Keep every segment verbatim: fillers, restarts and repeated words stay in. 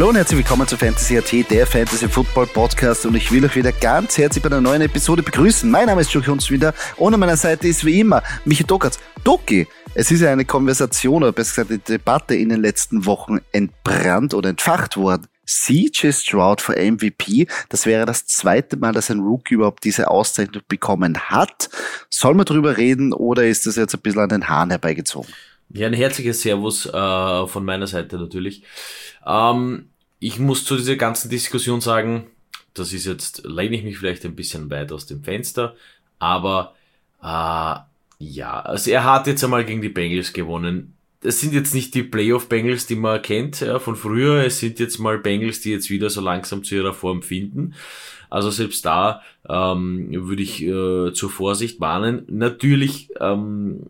Hallo und herzlich willkommen zu Fantasy Punkt at, der Fantasy Football Podcast, und ich will euch wieder ganz herzlich bei einer neuen Episode begrüßen. Mein Name ist Joki Hundswinder und an meiner Seite ist wie immer Michi Dokatz. Doki, es ist ja eine Konversation oder besser gesagt eine Debatte in den letzten Wochen entbrannt oder entfacht worden. C J Stroud für M V P, das wäre das zweite Mal, dass ein Rookie überhaupt diese Auszeichnung bekommen hat. Soll man drüber reden oder ist das jetzt ein bisschen an den Haaren herbeigezogen? Ja, ein herzliches Servus äh, von meiner Seite natürlich. Ähm, ich muss zu dieser ganzen Diskussion sagen, das ist jetzt, lehne ich mich vielleicht ein bisschen weit aus dem Fenster, aber äh, ja, also er hat jetzt einmal gegen die Bengals gewonnen. Es sind jetzt nicht die Playoff-Bengals, die man kennt ja, von früher, es sind jetzt mal Bengals, die jetzt wieder so langsam zu ihrer Form finden. Also selbst da ähm, würde ich äh, zur Vorsicht warnen. Natürlich, ähm,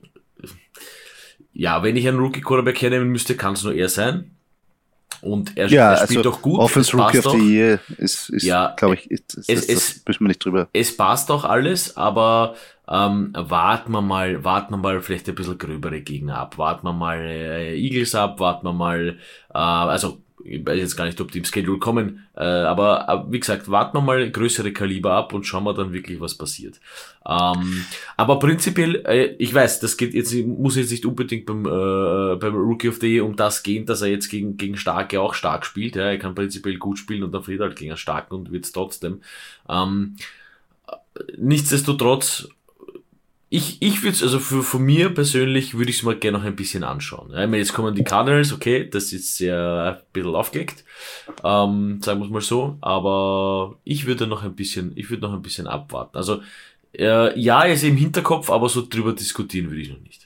ja, wenn ich einen Rookie-Quarterback hernehmen müsste, kann es nur er sein. Und er, ja, er spielt also doch gut. Offense Rookie of the Year ist, ist ja, glaube ich, ist, ist, es, das, es, das müssen wir nicht drüber. Es passt auch alles, aber ähm, warten wir mal, warten wir mal vielleicht ein bisschen gröbere Gegner ab. Warten wir mal äh, Eagles ab, warten wir mal, äh, also ich weiß jetzt gar nicht, ob die im Schedule kommen, äh, aber äh, wie gesagt, warten wir mal größere Kaliber ab und schauen wir dann wirklich, was passiert. Ähm, aber prinzipiell, äh, ich weiß, das geht jetzt, muss jetzt nicht unbedingt beim, äh, beim Rookie of the Year um das gehen, dass er jetzt gegen, gegen Starke auch stark spielt. Ja, er kann prinzipiell gut spielen und dann verliert halt gegen einen Starken und wird's trotzdem. Ähm, nichtsdestotrotz, Ich, ich würde es, also für, für mir persönlich würde ich es mal gerne noch ein bisschen anschauen. Ja, ich meine, jetzt kommen die Cardinals, okay, das ist sehr ein bisschen aufgelegt, ähm, sagen wir es mal so, aber ich würde noch ein bisschen, ich würde noch ein bisschen abwarten. Also, äh, ja, er ist im Hinterkopf, aber so drüber diskutieren würde ich noch nicht.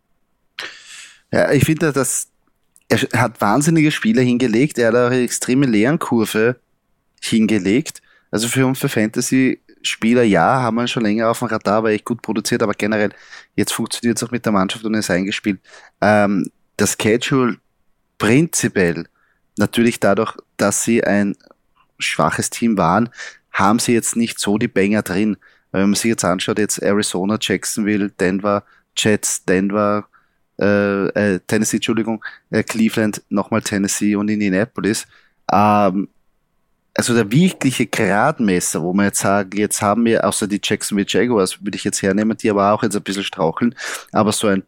Ja, ich finde, dass er hat wahnsinnige Spiele hingelegt, er hat auch eine extreme Lernkurve hingelegt. Also für, für Fantasy Spieler, ja, haben wir schon länger auf dem Radar, weil echt gut produziert, aber generell, jetzt funktioniert es auch mit der Mannschaft und ist eingespielt. Ähm, das Schedule prinzipiell, natürlich dadurch, dass sie ein schwaches Team waren, haben sie jetzt nicht so die Banger drin. Wenn man sich jetzt anschaut, jetzt Arizona, Jacksonville, Denver, Jets, Denver, äh, äh, Tennessee, Entschuldigung, äh, Cleveland, nochmal Tennessee und Indianapolis, ähm, also der wirkliche Gradmesser, wo man jetzt sagen, jetzt haben wir, außer die Jacksonville Jaguars, würde ich jetzt hernehmen, die aber auch jetzt ein bisschen straucheln, aber so ein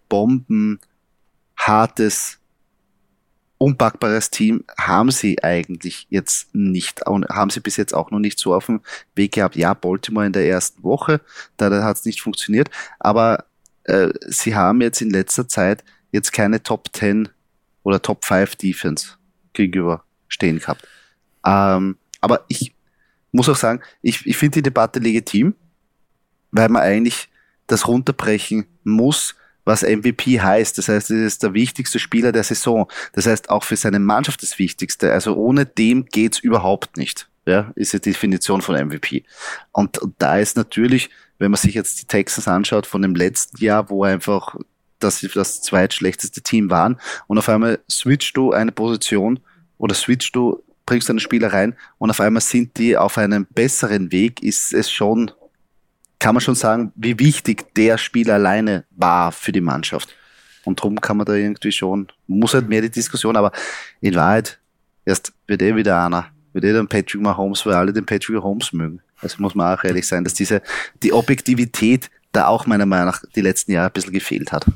bombenhartes, unpackbares Team haben sie eigentlich jetzt nicht, und haben sie bis jetzt auch noch nicht so auf dem Weg gehabt. Ja, Baltimore in der ersten Woche, da hat es nicht funktioniert, aber äh, sie haben jetzt in letzter Zeit jetzt keine Top zehn oder Top fünf Defense gegenüber stehen gehabt. Ähm, Aber ich muss auch sagen, ich, ich finde die Debatte legitim, weil man eigentlich das runterbrechen muss, was M V P heißt. Das heißt, es ist der wichtigste Spieler der Saison. Das heißt, auch für seine Mannschaft das Wichtigste. Also ohne dem geht's überhaupt nicht. Ja, ist die Definition von M V P. Und, und da ist natürlich, wenn man sich jetzt die Texans anschaut von dem letzten Jahr, wo einfach das, das zweitschlechteste Team waren, und auf einmal switcht du eine Position oder switcht du bringst einen Spieler rein und auf einmal sind die auf einem besseren Weg, ist es schon, kann man schon sagen, wie wichtig der Spieler alleine war für die Mannschaft. Und darum kann man da irgendwie schon, muss halt mehr die Diskussion, aber in Wahrheit, erst wird eh wieder einer, wird eh dann Patrick Mahomes, weil alle den Patrick Mahomes mögen. Also muss man auch ehrlich sein, dass diese, die Objektivität da auch meiner Meinung nach die letzten Jahre ein bisschen gefehlt hat.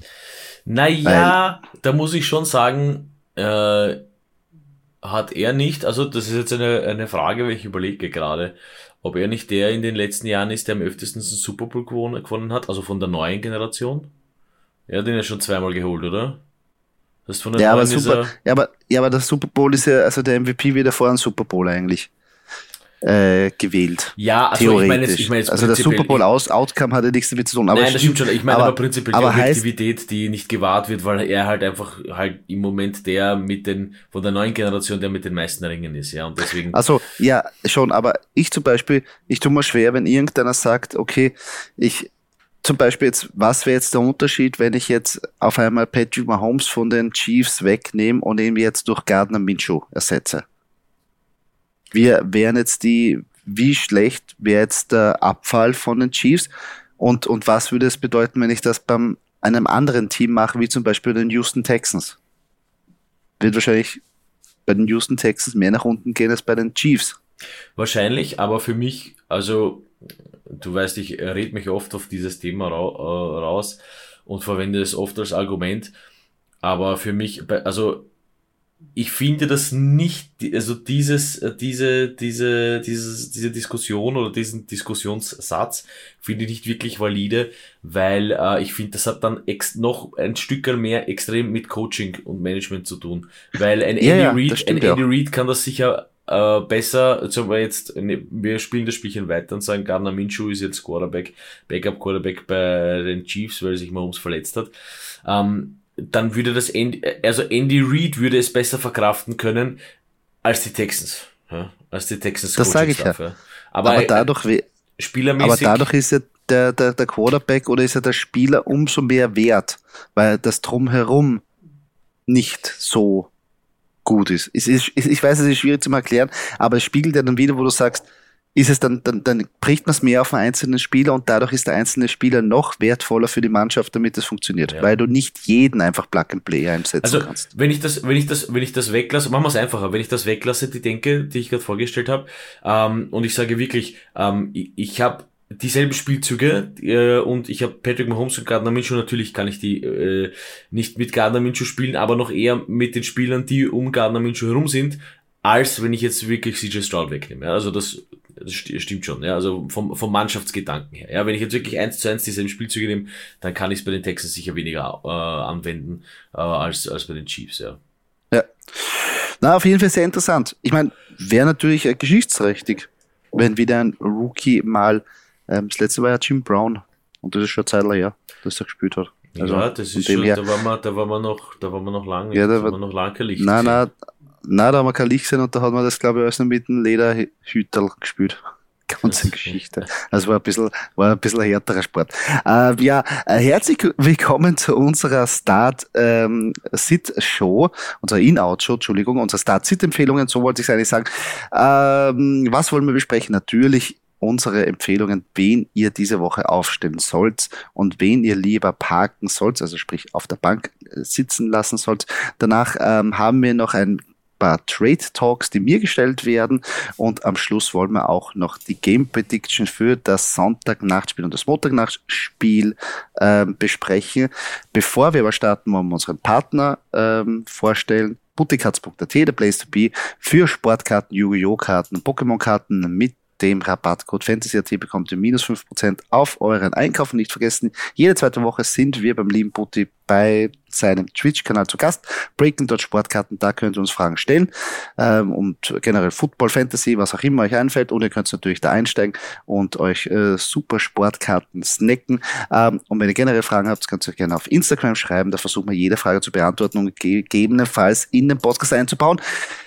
Naja, da muss ich schon sagen, äh, hat er nicht, also das ist jetzt eine, eine Frage, weil ich überlege gerade, ob er nicht der in den letzten Jahren ist, der am öftesten einen Super Bowl gewonnen, gewonnen hat, also von der neuen Generation. Er hat ihn ja schon zweimal geholt, oder? Das ist von der ja, neuen aber super, ja, aber, ja, aber der Super Bowl ist ja, also der M V P wieder vor einem Super Bowl eigentlich äh, gewählt. Ja, also theoretisch. ich meine jetzt, ich meine jetzt also der Super Bowl aus, Outcome hat ja nichts damit zu tun. Aber nein, das stimmt schon. Ich meine aber, aber prinzipiell aber die Objektivität, heißt, die nicht gewahrt wird, weil er halt einfach halt im Moment der mit den, von der neuen Generation, der mit den meisten Ringen ist, ja, und deswegen. Also, ja, schon, aber ich zum Beispiel, ich tue mir schwer, wenn irgendeiner sagt, okay, ich, zum Beispiel jetzt, was wäre jetzt der Unterschied, wenn ich jetzt auf einmal Patrick Mahomes von den Chiefs wegnehme und ihn jetzt durch Gardner Minshew ersetze? Wir wären jetzt die, wie schlecht wäre jetzt der Abfall von den Chiefs und, und was würde es bedeuten, wenn ich das beim einem anderen Team mache, wie zum Beispiel den Houston Texans? Wird wahrscheinlich bei den Houston Texans mehr nach unten gehen als bei den Chiefs. Wahrscheinlich, aber für mich, also du weißt, ich rede mich oft auf dieses Thema ra- äh, raus und verwende es oft als Argument, aber für mich, also ich finde das nicht, also dieses, diese, diese, dieses, diese Diskussion oder diesen Diskussionssatz finde ich nicht wirklich valide, weil äh, ich finde, das hat dann ex noch ein Stück mehr extrem mit Coaching und Management zu tun, weil ein Ja, Andy ja, Reid, das ein stimmt ja Andy auch. Reid kann das sicher äh, besser, sagen wir jetzt, ne, wir spielen das Spielchen weiter und sagen, Gardner Minshew ist jetzt Quarterback, Backup Quarterback bei den Chiefs, weil er sich Mahomes verletzt hat. Ähm, dann würde das Andy, also Andy Reid würde es besser verkraften können als die Texans, ja, als die Texans Das sage ich ja. Coaching-Staff. Ja. Aber, Aber äh, dadurch, we- aber spielermäßig, dadurch ist ja der, der, der Quarterback oder ist ja der Spieler umso mehr wert, weil das Drumherum nicht so gut ist. Es ist, ich weiß, es ist schwierig zu erklären, aber es spiegelt ja dann wieder, wo du sagst, ist es dann, dann, dann bricht man es mehr auf einen einzelnen Spieler und dadurch ist der einzelne Spieler noch wertvoller für die Mannschaft, damit es funktioniert, ja. weil du nicht jeden einfach Plug and Play einsetzen Also kannst. wenn ich das, wenn ich das, wenn ich das weglasse, machen wir es einfacher. Wenn ich das weglasse, die Denke, die ich gerade vorgestellt habe, ähm, und ich sage wirklich, ähm, ich, ich habe dieselben Spielzüge äh, und ich habe Patrick Mahomes und Gardner Minshew. Natürlich kann ich die äh, nicht mit Gardner Minshew spielen, aber noch eher mit den Spielern, die um Gardner Minshew herum sind, als wenn ich jetzt wirklich C J Stroud wegnehme. Ja, also das Das stimmt schon, ja, also vom, vom Mannschaftsgedanken her. Ja, wenn ich jetzt wirklich eins zu eins dieselben Spielzüge nehme, dann kann ich es bei den Texans sicher weniger äh, anwenden äh, als, als bei den Chiefs, ja. Ja. Na, auf jeden Fall sehr interessant. Ich meine, wäre natürlich äh, geschichtsträchtig, wenn wieder ein Rookie mal, ähm, das letzte war ja Jim Brown und das ist schon eine Zeit her, dass er gespielt hat. Also, ja, das von ist dem schon, her, da waren wir, da waren wir noch, da waren wir noch lange, Ja, da da war- waren wir noch lange kein Licht nein, gesehen. nein, nein, da haben wir kein Licht gesehen und da hat man das, glaube ich, alles noch mit einem Lederhüterl gespielt. Ganze Geschichte. Also war ein bisschen, war ein bisschen ein härterer Sport. Äh, ja, äh, herzlich willkommen zu unserer Start-Sit-Show, unserer In-Out-Show, Entschuldigung, unsere Start-Sit-Empfehlungen, so wollte ich es eigentlich sagen. Ähm, was wollen wir besprechen? Natürlich unsere Empfehlungen, wen ihr diese Woche aufstellen sollt und wen ihr lieber parken sollt, also sprich auf der Bank äh, sitzen lassen sollt. Danach ähm, haben wir noch ein paar Trade Talks, die mir gestellt werden und am Schluss wollen wir auch noch die Game Prediction für das Sonntagnachtspiel und das Montagnachtspiel ähm, besprechen. Bevor wir aber starten, wollen wir unseren Partner ähm, vorstellen. Butikatz punkt at, der Place to be für Sportkarten, Yu-Gi-Oh! Karten, Pokémon-Karten mit dem Rabattcode FantasyAT bekommt ihr minus fünf Prozent auf euren Einkauf. Und nicht vergessen, jede zweite Woche sind wir beim lieben Butti bei seinem Twitch-Kanal zu Gast. Breaking dort Sportkarten, da könnt ihr uns Fragen stellen. Ähm, und generell Football, Fantasy, was auch immer euch einfällt. Und ihr könnt natürlich da einsteigen und euch äh, super Sportkarten snacken. Ähm, und wenn ihr generell Fragen habt, könnt ihr euch gerne auf Instagram schreiben. Da versuchen wir jede Frage zu beantworten und gegebenenfalls in den Podcast einzubauen.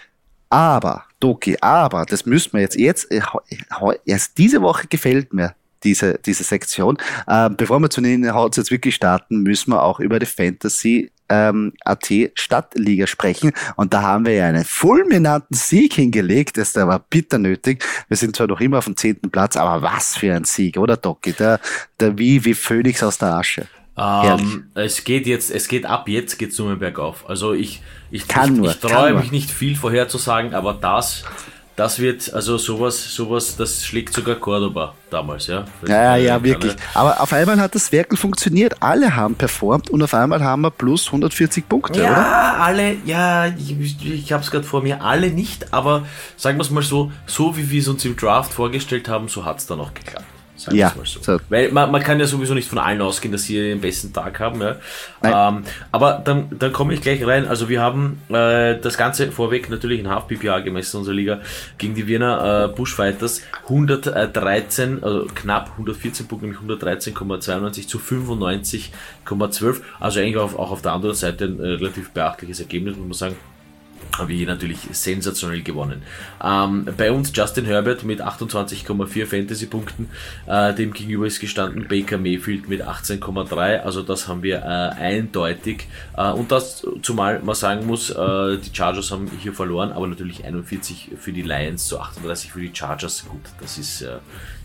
Aber, Doki, aber, das müssen wir jetzt, jetzt, erst diese Woche gefällt mir diese, diese Sektion. Ähm, bevor wir zu den Inhalts jetzt wirklich starten, müssen wir auch über die Fantasy ähm, A T Stadtliga sprechen. Und da haben wir ja einen fulminanten Sieg hingelegt. Das war bitter nötig. Wir sind zwar noch immer auf dem zehnten Platz, aber was für ein Sieg, oder Doki? Der, der wie, wie Phönix aus der Asche. Ähm, es geht jetzt, es geht ab jetzt geht's nur mehr bergauf. Also ich, ich, Kann ich, nur, ich kann traue nur. mich nicht viel vorherzusagen, aber das, das wird, also sowas, sowas, das schlägt sogar Cordoba damals, ja. Ja, ja, Kann, wirklich. Aber auf einmal hat das Werkel funktioniert. Alle haben performt und auf einmal haben wir plus hundertvierzig Punkte, ja, oder? alle, ja, ich, ich habe es gerade vor mir, alle nicht, aber sagen wir es mal so, so wie wir es uns im Draft vorgestellt haben, so hat's dann auch geklappt. Sagen Ja, wir's mal so. so. Weil man, man kann ja sowieso nicht von allen ausgehen, dass sie den besten Tag haben. Ja. Ähm, aber dann, dann komme ich gleich rein. Also wir haben äh, das Ganze vorweg natürlich in Half-P P A gemessen, unsere Liga, gegen die Wiener äh, Bushfighters. hundertdreizehn, also knapp hundertvierzehn Punkte, nämlich hundertdreizehn Komma zweiundneunzig zu fünfundneunzig Komma zwölf. Also eigentlich auch, auch auf der anderen Seite ein äh, relativ beachtliches Ergebnis, muss man sagen. Haben wir hier natürlich sensationell gewonnen. Ähm, bei uns Justin Herbert mit achtundzwanzig Komma vier Fantasy-Punkten, äh, dem gegenüber ist gestanden Baker Mayfield mit achtzehn Komma drei, also das haben wir äh, eindeutig. Äh, und das, zumal man sagen muss, äh, die Chargers haben hier verloren, aber natürlich einundvierzig für die Lions zu achtunddreißig für die Chargers. Gut, das ist äh,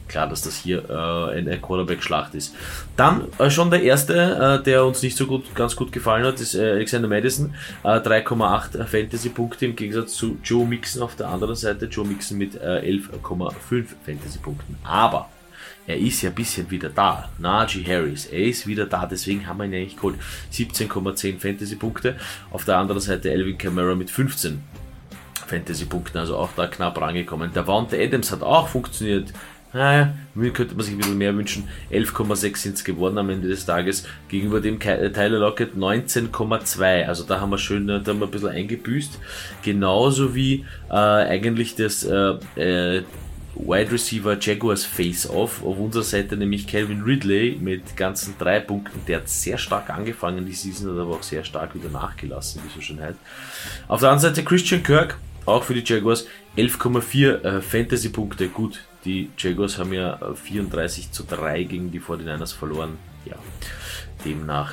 klar, dass das hier äh, eine Quarterback-Schlacht ist. Dann äh, schon der erste, äh, der uns nicht so gut, ganz gut gefallen hat, ist äh, Alexander Mattison, äh, drei Komma acht Fantasy-Punkte im Gegensatz zu Joe Mixon auf der anderen Seite. Joe Mixon mit äh, elf Komma fünf Fantasy-Punkten. Aber er ist ja ein bisschen wieder da. Najee Harris, er ist wieder da, deswegen haben wir ihn ja nicht geholt. siebzehn Komma zehn Fantasy-Punkte. Auf der anderen Seite Alvin Kamara mit fünfzehn Fantasy-Punkten, also auch da knapp rangekommen. Der Davante Adams hat auch funktioniert. Naja, könnte man sich ein bisschen mehr wünschen. elf Komma sechs sind es geworden am Ende des Tages. Gegenüber dem Tyler Lockett neunzehn Komma zwei. Also da haben wir schön, da haben wir ein bisschen eingebüßt. Genauso wie äh, eigentlich das äh, äh, Wide Receiver Jaguars Face-Off. Auf unserer Seite nämlich Calvin Ridley mit ganzen drei Punkten. Der hat sehr stark angefangen die Season, hat aber auch sehr stark wieder nachgelassen, wie so schön heißt. Auf der anderen Seite Christian Kirk, auch für die Jaguars, elf Komma vier äh, Fantasy-Punkte. Gut, die Jaguars haben ja vierunddreißig zu drei gegen die forty-niners verloren. Ja, demnach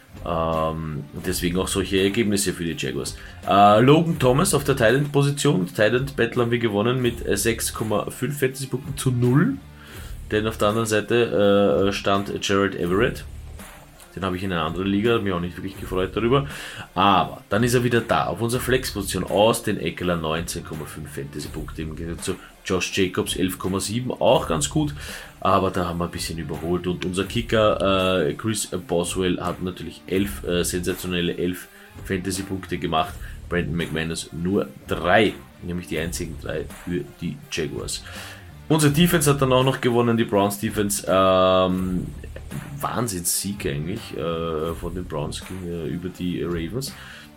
Ähm, deswegen auch solche Ergebnisse für die Jaguars. Äh, Logan Thomas auf der Tight End Position. Tight End Battle haben wir gewonnen mit sechs Komma fünf Fantasy-Punkten zu null. Denn auf der anderen Seite äh, stand Gerald Everett. Den habe ich in einer anderen Liga, mir auch nicht wirklich gefreut darüber. Aber dann ist er wieder da, auf unserer Flex-Position. Austin Eckler neunzehn Komma fünf Fantasy-Punkte im Gegensatz zu Josh Jacobs elf Komma sieben, auch ganz gut. Aber da haben wir ein bisschen überholt. Und unser Kicker äh, Chris Boswell hat natürlich elf, äh, sensationelle elf Fantasy-Punkte gemacht. Brandon McManus nur drei, nämlich die einzigen drei für die Jaguars. Unser Defense hat dann auch noch gewonnen, die Browns Defense. Ähm, Wahnsinnssieg eigentlich äh, von den Browns ging äh, über die Ravens.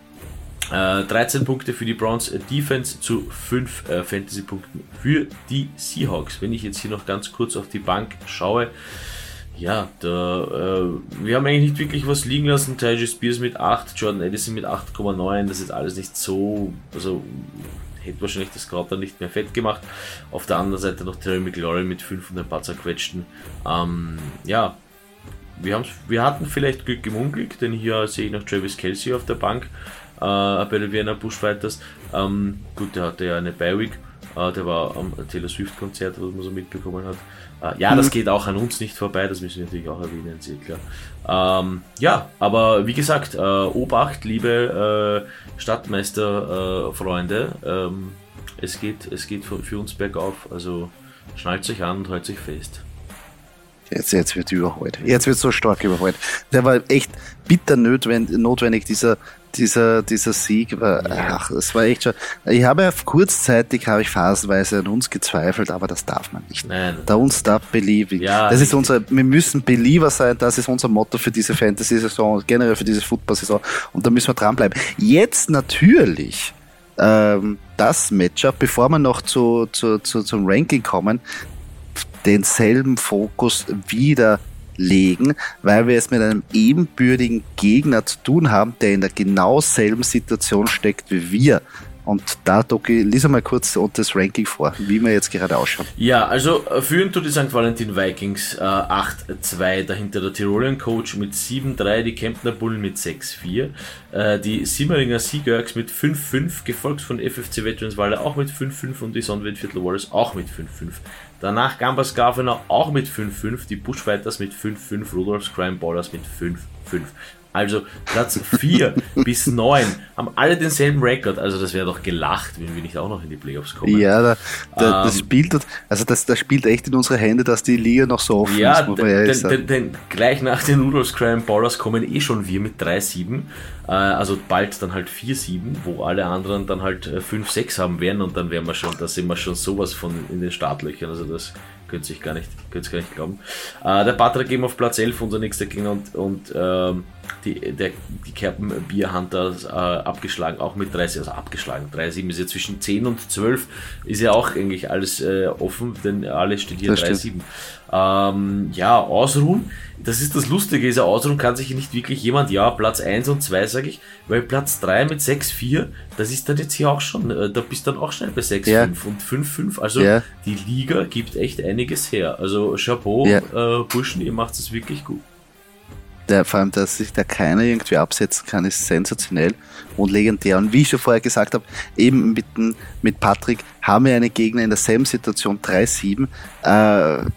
Äh, dreizehn Punkte für die Browns äh, Defense zu fünf äh, Fantasy-Punkten für die Seahawks. Wenn ich jetzt hier noch ganz kurz auf die Bank schaue, ja, da, äh, wir haben eigentlich nicht wirklich was liegen lassen. Tyjae Spears mit acht, Jordan Addison mit acht Komma neun, das ist alles nicht so, also hätte wahrscheinlich das Kraut dann nicht mehr fett gemacht. Auf der anderen Seite noch Terry McLaurin mit fünf und ein paar zerquetschten. Ähm, ja, wir, haben's, wir hatten vielleicht Glück im Unglück, denn hier sehe ich noch Travis Kelce auf der Bank äh, bei den Vienna Bushfighters. Ähm, gut, der hatte ja eine Bye-Week, äh, der war am Taylor Swift-Konzert, was man so mitbekommen hat. Äh, ja, das geht auch an uns nicht vorbei, das müssen wir natürlich auch erwähnen, sehr klar. Ähm, ja, aber wie gesagt, äh, Obacht, liebe äh, Stadtmeister-Freunde, äh, ähm, es geht, es geht für, für uns bergauf, also schnallt euch an und haltet euch fest. Jetzt, jetzt wird überholt. Jetzt wird so stark überholt. Der war echt bitter notwendig, notwendig dieser, dieser, dieser Sieg. War, ja. Ach, das war echt schon. Ich habe ja kurzzeitig, habe ich phasenweise an uns gezweifelt, aber das darf man nicht. Nein. Da uns darf believing. Ja, das ist unser, wir müssen Believer sein, das ist unser Motto für diese Fantasy-Saison und generell für diese Football-Saison. Und da müssen wir dranbleiben. Jetzt natürlich, ähm, das Matchup, bevor wir noch zu, zu, zu, zum Ranking kommen, denselben Fokus wieder legen, weil wir es mit einem ebenbürtigen Gegner zu tun haben, der in der genau selben Situation steckt wie wir. Und da, Doki, lies einmal kurz das Ranking vor, wie wir jetzt gerade ausschauen. Ja, also führen tut die Sankt Valentin Vikings äh, acht zwei, dahinter der Tirolian Coach mit sieben drei, die Kemptner Bullen mit sechs vier, äh, die Simmeringer Seagurks mit fünf fünf, gefolgt von F F C Veterans-Walle auch mit fünf fünf und die Sonnenwindviertel Warriors auch mit fünf fünf. Danach Gambas Garfener auch mit fünf fünf, die Bushfighters mit fünf fünf, Rudolph's Crime Ballers mit fünf fünf. Also Platz vier bis neun haben alle denselben Rekord, also das wäre doch gelacht, wenn wir nicht auch noch in die Playoffs kommen. Ja, da, da, ähm, das spielt, also das, das spielt echt in unsere Hände, dass die Liga noch so offen ja, ist, muss man ehrlich sagen. Denn, denn gleich nach den Rudolph's Crime Ballers kommen eh schon wir mit drei sieben, äh, also bald dann halt vier sieben, wo alle anderen dann halt fünf sechs haben werden und dann wären wir schon, da sind wir schon sowas von in den Startlöchern, also das könnt ihr gar nicht, könnt ihr gar nicht glauben. Äh, der Patrick eben auf Platz elf, unser nächster Gegner und, und ähm, die, der, die Kerpen Beer Hunters äh, abgeschlagen, auch mit dreißig, also abgeschlagen, drei sieben ist ja zwischen zehn und zwölf, ist ja auch eigentlich alles äh, offen, denn alles steht hier drei sieben. Ähm, ja, ausruhen, das ist das Lustige, ist ja ausruhen kann sich nicht wirklich jemand, ja, Platz eins und zwei sage ich, weil Platz drei mit sechs vier, das ist dann jetzt hier auch schon, äh, da bist dann auch schnell bei sechs fünf ja. und fünf fünf, also ja. Die Liga gibt echt einiges her, also Chapeau, ja. äh, Burschen, ihr macht es wirklich gut. Der, vor allem, dass sich da keiner irgendwie absetzen kann, ist sensationell und legendär. Und wie ich schon vorher gesagt habe, eben mit, mit Patrick haben wir einen Gegner in derselben Situation drei sieben. Äh,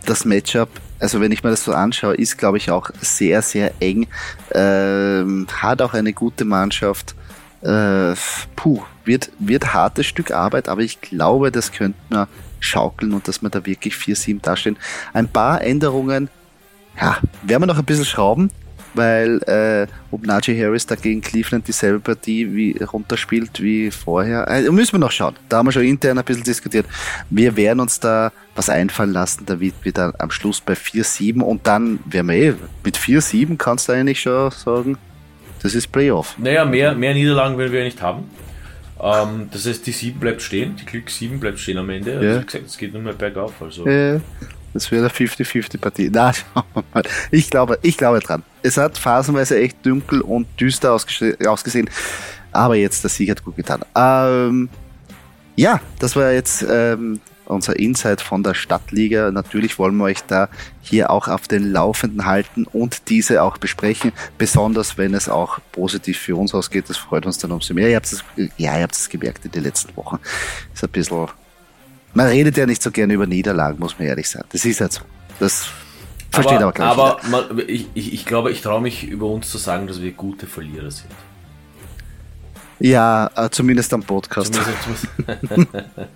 Und das Matchup, also wenn ich mir das so anschaue, ist, glaube ich, auch sehr, sehr eng. Ähm, hat auch eine gute Mannschaft. Äh, puh, wird, wird hartes Stück Arbeit, aber ich glaube, das könnte man schaukeln und dass wir da wirklich vier sieben dastehen. Ein paar Änderungen, ja, werden wir noch ein bisschen schrauben, weil äh, ob Najee Harris da gegen Cleveland dieselbe Partie wie runterspielt wie vorher, äh, müssen wir noch schauen. Da haben wir schon intern ein bisschen diskutiert. Wir werden uns da was einfallen lassen, damit wir dann am Schluss bei vier sieben und dann werden wir eh, mit vier sieben kannst du eigentlich schon sagen, das ist Playoff. Naja, mehr, mehr Niederlagen werden wir nicht haben. Ähm, das heißt, die sieben bleibt stehen, die Glück sieben bleibt stehen am Ende. Also, ja. wie gesagt, es geht nur mehr bergauf. Also. Ja. Das wird eine fünfzig fünfzig Partie. Na, schauen wir mal. Ich glaube, ich glaube dran. Es hat phasenweise echt dunkel und düster ausgesehen, aber jetzt der Sieg hat gut getan. Ähm, ja, das war jetzt ähm, unser Insight von der Stadtliga. Natürlich wollen wir euch da hier auch auf den Laufenden halten und diese auch besprechen, besonders wenn es auch positiv für uns ausgeht. Das freut uns dann umso mehr. Ihr habt es, ja, ihr habt es gemerkt in den letzten Wochen. Ist ein bisschen... Man redet ja nicht so gerne über Niederlagen, muss man ehrlich sagen. Das ist halt so. Das versteht aber, aber gleich Aber man, ich, ich, ich glaube, ich traue mich über uns zu sagen, dass wir gute Verlierer sind. Ja, äh, zumindest am Podcast. Zumindest,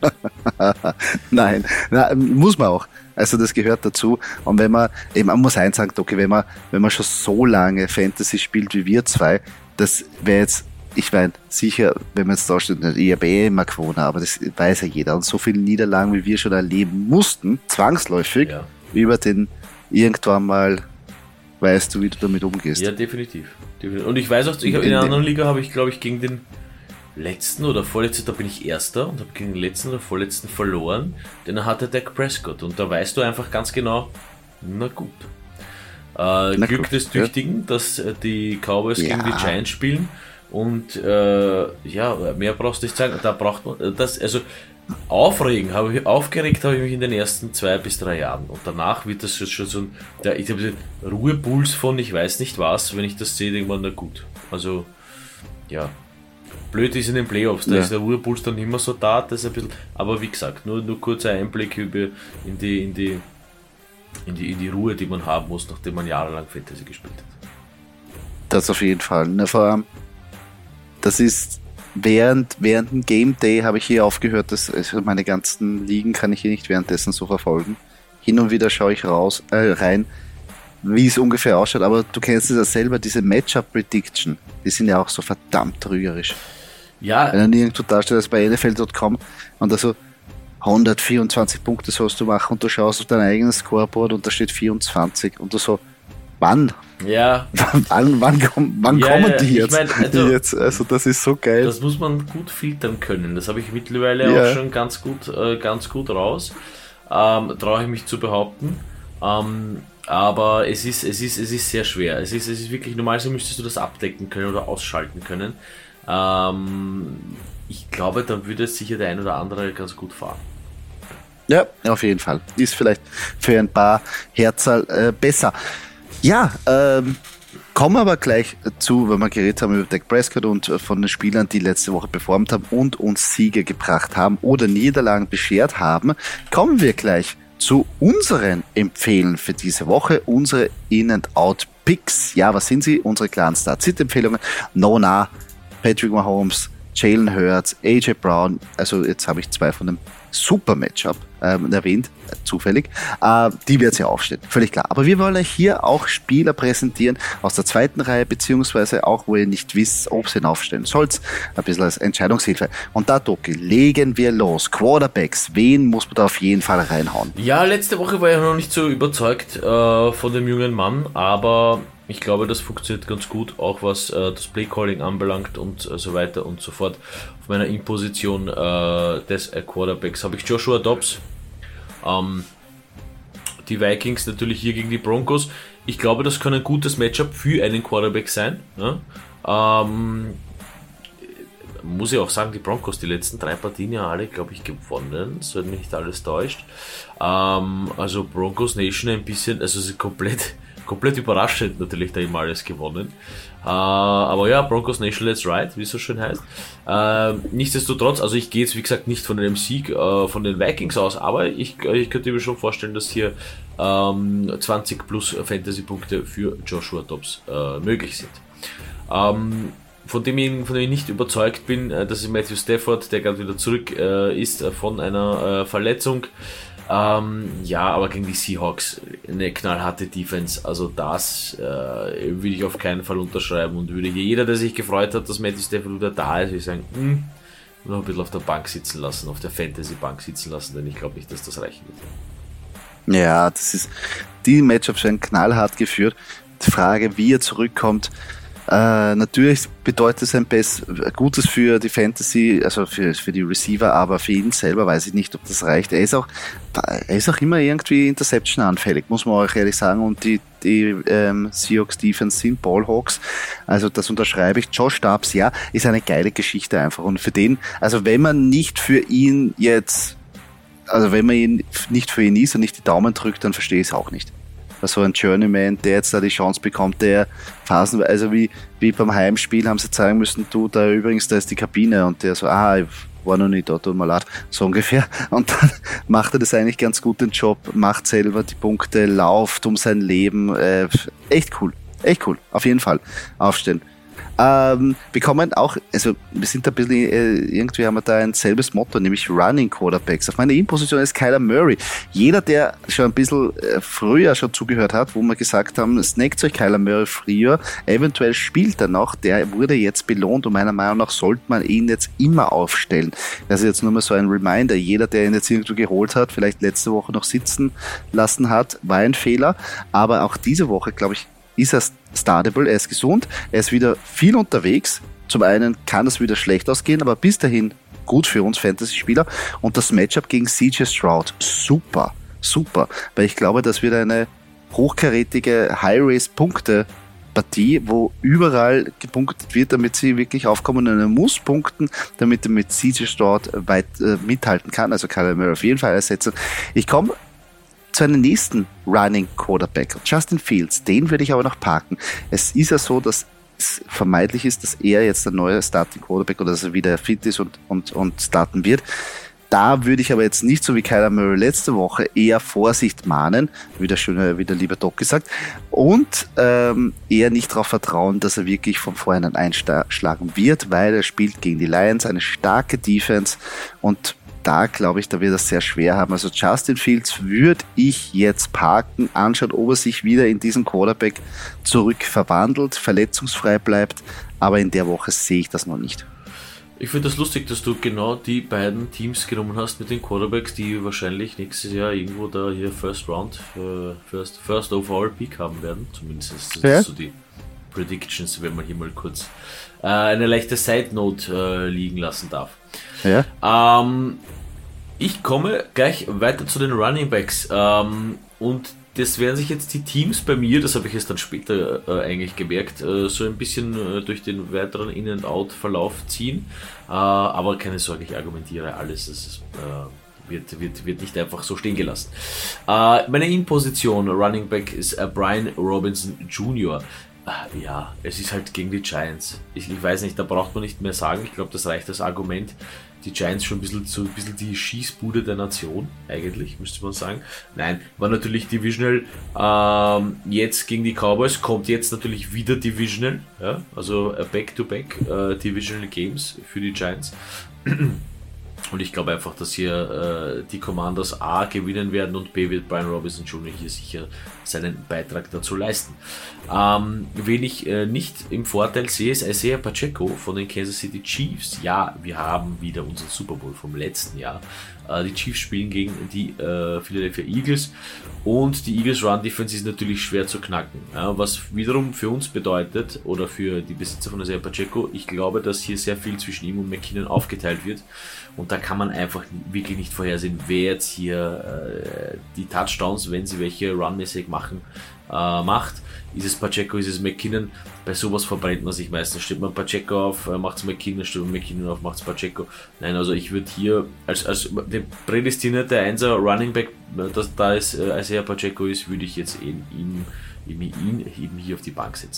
Nein, na, muss man auch. Also das gehört dazu. Und wenn man, eben, man muss eins sagen, okay, wenn man, wenn man schon so lange Fantasy spielt wie wir zwei, das wäre jetzt, ich meine, sicher, wenn man jetzt da steht, ich habe eh immer gewonnen, aber das weiß ja jeder. Und so viele Niederlagen, wie wir schon erleben mussten, zwangsläufig, ja. Über den irgendwann mal weißt du, wie du damit umgehst. Ja, definitiv. definitiv. Und ich weiß auch, ich hab, in einer anderen Liga habe ich, glaube ich, gegen den letzten oder vorletzten, da bin ich Erster und habe gegen den letzten oder vorletzten verloren, denn er hatte Dak Prescott. Und da weißt du einfach ganz genau, na gut. Äh, na Glück gut, des Tüchtigen, ja. dass die Cowboys ja. gegen die Giants spielen. Und äh, ja, mehr brauchst du nicht sagen. Da braucht man das, also aufregen, habe ich aufgeregt habe ich mich in den ersten zwei bis drei Jahren. Und danach wird das schon so ein, der, ich habe Ruhepuls von ich weiß nicht was, wenn ich das sehe, denke ich mir, na gut. Also ja, blöd ist in den Playoffs, da ja. ist der Ruhepuls dann immer so da, das ist ein bisschen. Aber wie gesagt, nur nur kurzer Einblick über in die in die in die in die Ruhe, die man haben muss, nachdem man jahrelang Fantasy gespielt hat. Das auf jeden Fall. Ne, vor allem das ist während, während dem Game Day habe ich hier aufgehört, dass also meine ganzen Ligen kann ich hier nicht währenddessen so verfolgen. Hin und wieder schaue ich raus, äh, rein, wie es ungefähr ausschaut, aber du kennst es ja selber, diese Matchup-Prediction, die sind ja auch so verdammt trügerisch. Ja. Wenn dann irgendwo da steht, das bei N F L Punkt com und da so hundertvierundzwanzig Punkte sollst du machen und du schaust auf dein eigenes Scoreboard und da steht vierundzwanzig und du so, wann? Ja. wann wann, komm, wann ja, kommen die jetzt? Ich mein, also, jetzt? Also das ist so geil. Das muss man gut filtern können. Das habe ich mittlerweile ja. auch schon ganz gut, äh, ganz gut raus. Ähm, traue ich mich zu behaupten. Ähm, aber es ist, es ist, es ist sehr schwer. Es ist, es ist wirklich, normalerweise müsstest du das abdecken können oder ausschalten können. Ähm, ich glaube, dann würde sicher der ein oder andere ganz gut fahren. Ja, auf jeden Fall. Ist vielleicht für ein paar Herzl äh, besser. Ja, ähm, kommen wir aber gleich zu, wenn wir geredet haben über Dak Prescott und von den Spielern, die letzte Woche performt haben und uns Siege gebracht haben oder Niederlagen beschert haben, kommen wir gleich zu unseren Empfehlungen für diese Woche, unsere In-and-Out-Picks. Ja, was sind sie? Unsere klaren Start-Sit-Empfehlungen. Nona, Patrick Mahomes, Jalen Hurts, A J Brown, also jetzt habe ich zwei von dem Super-Matchup ähm, erwähnt, äh, zufällig, äh, die wird ja aufstehen, völlig klar. Aber wir wollen euch hier auch Spieler präsentieren aus der zweiten Reihe, beziehungsweise auch, wo ihr nicht wisst, ob ihr ihn aufstellen sollt, ein bisschen als Entscheidungshilfe. Und da, Doki, legen wir los. Quarterbacks, wen muss man da auf jeden Fall reinhauen? Ja, letzte Woche war ich noch nicht so überzeugt äh, von dem jungen Mann, aber ich glaube, das funktioniert ganz gut, auch was äh, das Playcalling anbelangt und äh, so weiter und so fort. Auf meiner In-Position äh, des äh, Quarterbacks habe ich Joshua Dobbs. Ähm, die Vikings natürlich hier gegen die Broncos. Ich glaube, das kann ein gutes Matchup für einen Quarterback sein. Ne? Ähm, muss ich auch sagen, die Broncos, die letzten drei Partien ja alle, glaube ich, gewonnen, so wenn mich nicht alles täuscht. Ähm, also Broncos Nation ein bisschen, also sie komplett komplett überraschend natürlich da immer alles gewonnen. Uh, aber ja, Broncos Nation Let's Ride, wie es so schön heißt. Uh, nichtsdestotrotz, also ich gehe jetzt wie gesagt nicht von einem Sieg uh, von den Vikings aus, aber ich, ich könnte mir schon vorstellen, dass hier um, zwanzig plus Fantasy-Punkte für Joshua Dobbs uh, möglich sind. Um, von dem, ich, von dem ich nicht überzeugt bin, uh, dass Matthew Stafford, der gerade wieder zurück uh, ist uh, von einer uh, Verletzung. Ähm, ja, aber gegen die Seahawks eine knallharte Defense, also das äh, würde ich auf keinen Fall unterschreiben und würde hier jeder, der sich gefreut hat, dass Matthew Stafford wieder da ist, würde ich sagen, mh, noch ein bisschen auf der Bank sitzen lassen, auf der Fantasy-Bank sitzen lassen, denn ich glaube nicht, dass das reichen wird. Ja, das ist, die Matchups werden knallhart geführt. Die Frage, wie er zurückkommt, Äh, natürlich bedeutet es ein Best, Gutes für die Fantasy, also für, für die Receiver, aber für ihn selber weiß ich nicht, ob das reicht. Er ist auch, er ist auch immer irgendwie Interception anfällig, muss man auch ehrlich sagen, und die, die ähm, Seahawks Defense sind Ballhawks, also das unterschreibe ich. Josh Dobbs, ja, ist eine geile Geschichte einfach, und für den, also wenn man nicht für ihn jetzt, also wenn man ihn nicht für ihn ist und nicht die Daumen drückt, dann verstehe ich es auch nicht. So ein Journeyman, der jetzt da die Chance bekommt, der phasenweise, also wie, wie beim Heimspiel haben sie zeigen müssen, du, da übrigens, da ist die Kabine, und der so, ah, ich war noch nicht da, tut mir leid, so ungefähr, und dann macht er das eigentlich ganz gut, den Job, macht selber die Punkte, lauft um sein Leben, äh, echt cool, echt cool, auf jeden Fall, aufstehen. Ähm, bekommen auch, also wir sind da ein bisschen, äh, irgendwie haben wir da ein selbes Motto, nämlich Running Quarterbacks. Auf meiner In-Position ist Kyler Murray. Jeder, der schon ein bisschen äh, früher schon zugehört hat, wo wir gesagt haben, snackt euch Kyler Murray früher, eventuell spielt er noch, der wurde jetzt belohnt, und meiner Meinung nach sollte man ihn jetzt immer aufstellen. Das ist jetzt nur mal so ein Reminder. Jeder, der ihn jetzt irgendwo geholt hat, vielleicht letzte Woche noch sitzen lassen hat, war ein Fehler, aber auch diese Woche, glaube ich, ist er startable, er ist gesund, er ist wieder viel unterwegs. Zum einen kann es wieder schlecht ausgehen, aber bis dahin gut für uns Fantasy-Spieler. Und das Matchup gegen C J Stroud, super, super, weil ich glaube, das wird eine hochkarätige High-Race-Punkte-Partie, wo überall gepunktet wird, damit sie wirklich aufkommen, und er muss punkten, damit er mit C J Stroud weit äh, mithalten kann. Also kann er mir auf jeden Fall ersetzen. Ich komme zu einem nächsten Running Quarterback, Justin Fields, den würde ich aber noch parken. Es ist ja so, dass es vermeidlich ist, dass er jetzt der neue Starting Quarterback, oder dass er wieder fit ist und, und, und starten wird. Da würde ich aber jetzt nicht, so wie Kyler Murray letzte Woche, eher Vorsicht mahnen, wie der schöne, wie der liebe Doc gesagt, und ähm, eher nicht darauf vertrauen, dass er wirklich von vornherein einschlagen wird, weil er spielt gegen die Lions, eine starke Defense, und da glaube ich, da wird er sehr schwer haben. Also Justin Fields würde ich jetzt parken, anschauen, ob er sich wieder in diesen Quarterback zurück verwandelt, verletzungsfrei bleibt, aber in der Woche sehe ich das noch nicht. Ich finde das lustig, dass du genau die beiden Teams genommen hast mit den Quarterbacks, die wahrscheinlich nächstes Jahr irgendwo da hier First Round, äh, First, First Overall Pick haben werden. Zumindest ist das ja so die Predictions, wenn man hier mal kurz äh, eine leichte Side Note äh, liegen lassen darf. Ja. Ähm, ich komme gleich weiter zu den Running Backs, ähm, und das werden sich jetzt die Teams bei mir, das habe ich jetzt dann später äh, eigentlich gemerkt, äh, so ein bisschen äh, durch den weiteren In-and-Out-Verlauf ziehen, äh, aber keine Sorge, ich argumentiere alles, es ist, äh, wird, wird, wird nicht einfach so stehen gelassen. Äh, meine In-Position Running Back ist äh, Brian Robinson Junior Ja, es ist halt gegen die Giants. Ich, ich weiß nicht, da braucht man nicht mehr sagen. Ich glaube, das reicht als Argument. Die Giants schon ein bisschen, so ein bisschen die Schießbude der Nation, eigentlich, müsste man sagen. Nein, war natürlich Divisional. Ähm, jetzt gegen die Cowboys kommt jetzt natürlich wieder Divisional. Ja? Also Back-to-Back äh, Divisional Games für die Giants. Und ich glaube einfach, dass hier äh, die Commanders A gewinnen werden, und B wird Brian Robinson Junior hier sicher seinen Beitrag dazu leisten. Ähm, wen ich äh, nicht im Vorteil sehe, ist Isaiah Pacheco von den Kansas City Chiefs. Ja, wir haben wieder unseren Super Bowl vom letzten Jahr. Äh, die Chiefs spielen gegen die äh, Philadelphia Eagles, und die Eagles Run Defense ist natürlich schwer zu knacken. Ja, was wiederum für uns bedeutet, oder für die Besitzer von Isaiah Pacheco, ich glaube, dass hier sehr viel zwischen ihm und McKinnon aufgeteilt wird. Und da kann man einfach wirklich nicht vorhersehen, wer jetzt hier äh, die Touchdowns, wenn sie welche runmäßig machen, äh, macht. Ist es Pacheco, ist es McKinnon? Bei sowas verbrennt man sich meistens. Steht man Pacheco auf, äh, macht es McKinnon, steht man McKinnon auf, macht es Pacheco. Nein, also ich würde hier als, als der prädestinierte Einser Running Back, dass da es äh, Isaiah Pacheco ist, würde ich jetzt ihn, ihn, ihn, ihn eben hier auf die Bank setzen.